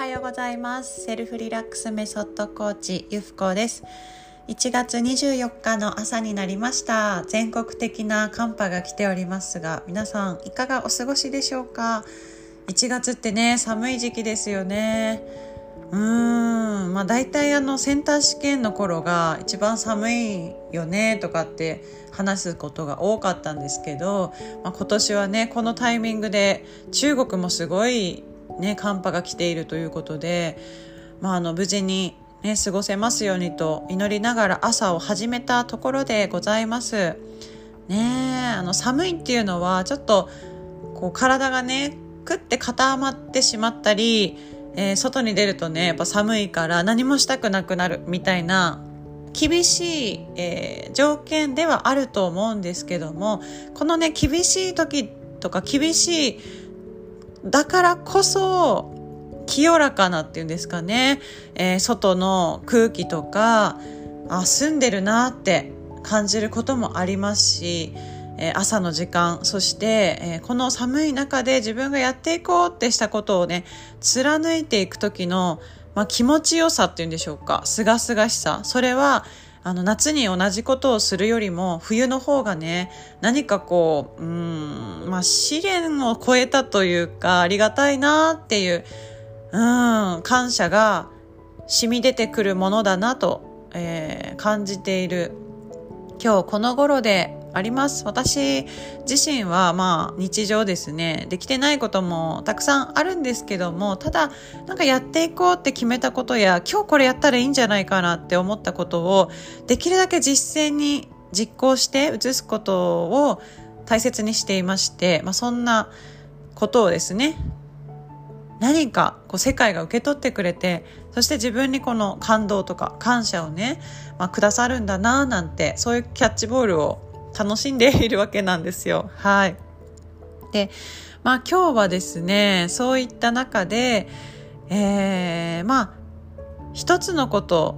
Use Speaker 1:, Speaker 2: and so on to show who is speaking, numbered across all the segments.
Speaker 1: はようございます。セルフリラックスメソッドコーチゆふこです。1月24日の朝になりました。全国的な寒波が来ておりますが、皆さんいかがお過ごしでしょうか。1月ってね、寒い時期ですよね。だいたいセンター試験の頃が一番寒いよねとかって話すことが多かったんですけど、今年はねこのタイミングで中国もすごいね寒波が来ているということで、無事にね過ごせますようにと祈りながら朝を始めたところでございますね。寒いっていうのはちょっとこう体がねくって固まってしまったり、外に出るとねやっぱ寒いから何もしたくなくなるみたいな厳しい、条件ではあると思うんですけども、このね厳しい時とか厳しいだからこそ清らかなっていうんですかね、外の空気とか澄んでるなって感じることもありますし、朝の時間、そして、この寒い中で自分がやっていこうってしたことをね貫いていく時の、気持ちよさっていうんでしょうか、すがすがしさ、それは夏に同じことをするよりも冬の方がね何かこう試練を超えたというかありがたいなっていう感謝が染み出てくるものだなと、感じている今日この頃であります。私自身は日常ですねできてないこともたくさんあるんですけども、ただなんかやっていこうって決めたことや今日これやったらいいんじゃないかなって思ったことをできるだけ実践に実行して移すことを大切にしていまして、そんなことをですね何かこう世界が受け取ってくれて、そして自分にこの感動とか感謝をね、くださるんだななんて、そういうキャッチボールを楽しんでいるわけなんですよ。はい。で、今日はですねそういった中で、一つのこと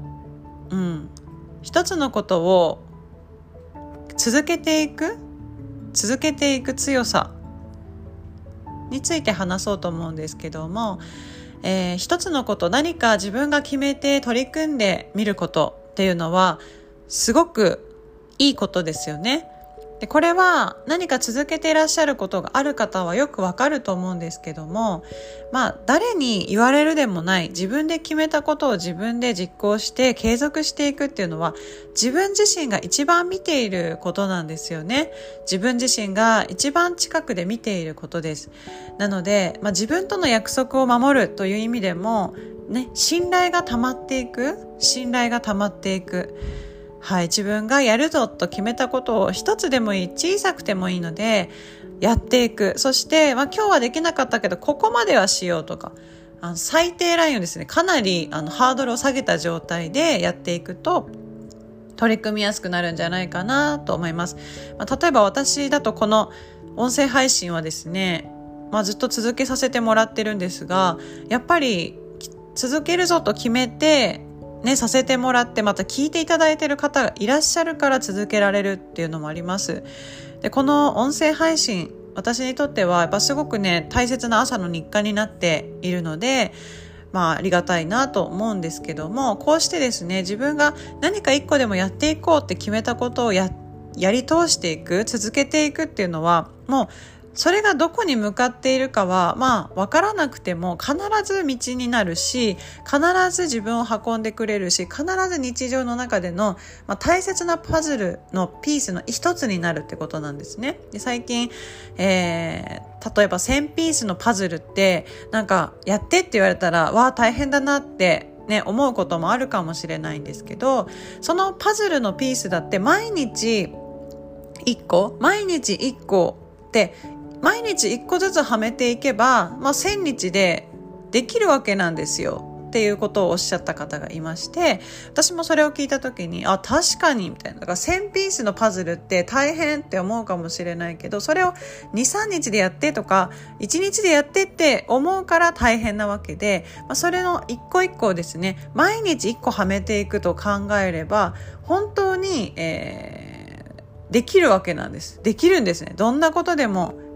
Speaker 1: を続けていく強さについて話そうと思うんですけども、一つのこと、何か自分が決めて取り組んでみることっていうのはすごくいいことですよね。でこれは何か続けていらっしゃることがある方はよくわかると思うんですけども、誰に言われるでもない自分で決めたことを自分で実行して継続していくっていうのは自分自身が一番見ていることなんですよね。自分自身が一番近くで見ていることです。なので、自分との約束を守るという意味でもね、信頼が溜まっていく、はい、自分がやるぞと決めたことを一つでもいい、小さくてもいいのでやっていく。そして、今日はできなかったけどここまではしようとか、最低ラインをですねかなりハードルを下げた状態でやっていくと取り組みやすくなるんじゃないかなと思います。例えば私だとこの音声配信はですね、ずっと続けさせてもらってるんですが、やっぱり続けるぞと決めてさせてもらって、また聞いていただいている方がいらっしゃるから続けられるっていうのもあります。でこの音声配信、私にとってはやっぱすごくね大切な朝の日課になっているので、ありがたいなと思うんですけども、こうしてですね自分が何か一個でもやっていこうって決めたことをやり通していく、続けていくっていうのはもうそれがどこに向かっているかは分からなくても必ず道になるし、必ず自分を運んでくれるし、必ず日常の中での、大切なパズルのピースの一つになるってことなんですね。で最近、例えば1000ピースのパズルってなんかやってって言われたら大変だなって思うこともあるかもしれないんですけど、そのパズルのピースだって毎日1個って毎日1個ずつはめていけば、1000日でできるわけなんですよっていうことをおっしゃった方がいまして、私もそれを聞いた時に確かにみたいな。だから1000ピースのパズルって大変って思うかもしれないけど、それを 2,3 日でやってとか1日でやってって思うから大変なわけで、それの一個一個をですね毎日1個はめていくと考えれば本当に、できるわけなんです。できるんですね。どんなことでも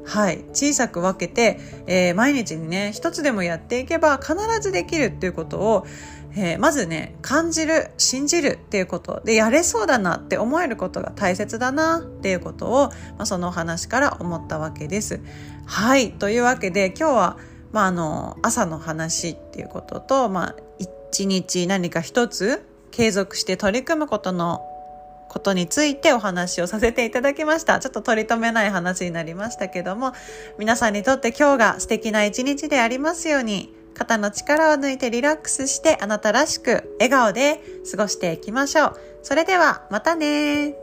Speaker 1: 小さく分けて、毎日にね一つでもやっていけば必ずできるっていうことを、まずね感じる、信じるっていうことで、やれそうだなって思えることが大切だなっていうことを、そのお話から思ったわけです。というわけで今日は、朝の話っていうことと、一日何か一つ継続して取り組むことについてお話をさせていただきました。ちょっと取り留めない話になりましたけども、皆さんにとって今日が素敵な一日でありますように、肩の力を抜いてリラックスして、あなたらしく笑顔で過ごしていきましょう。それではまたね。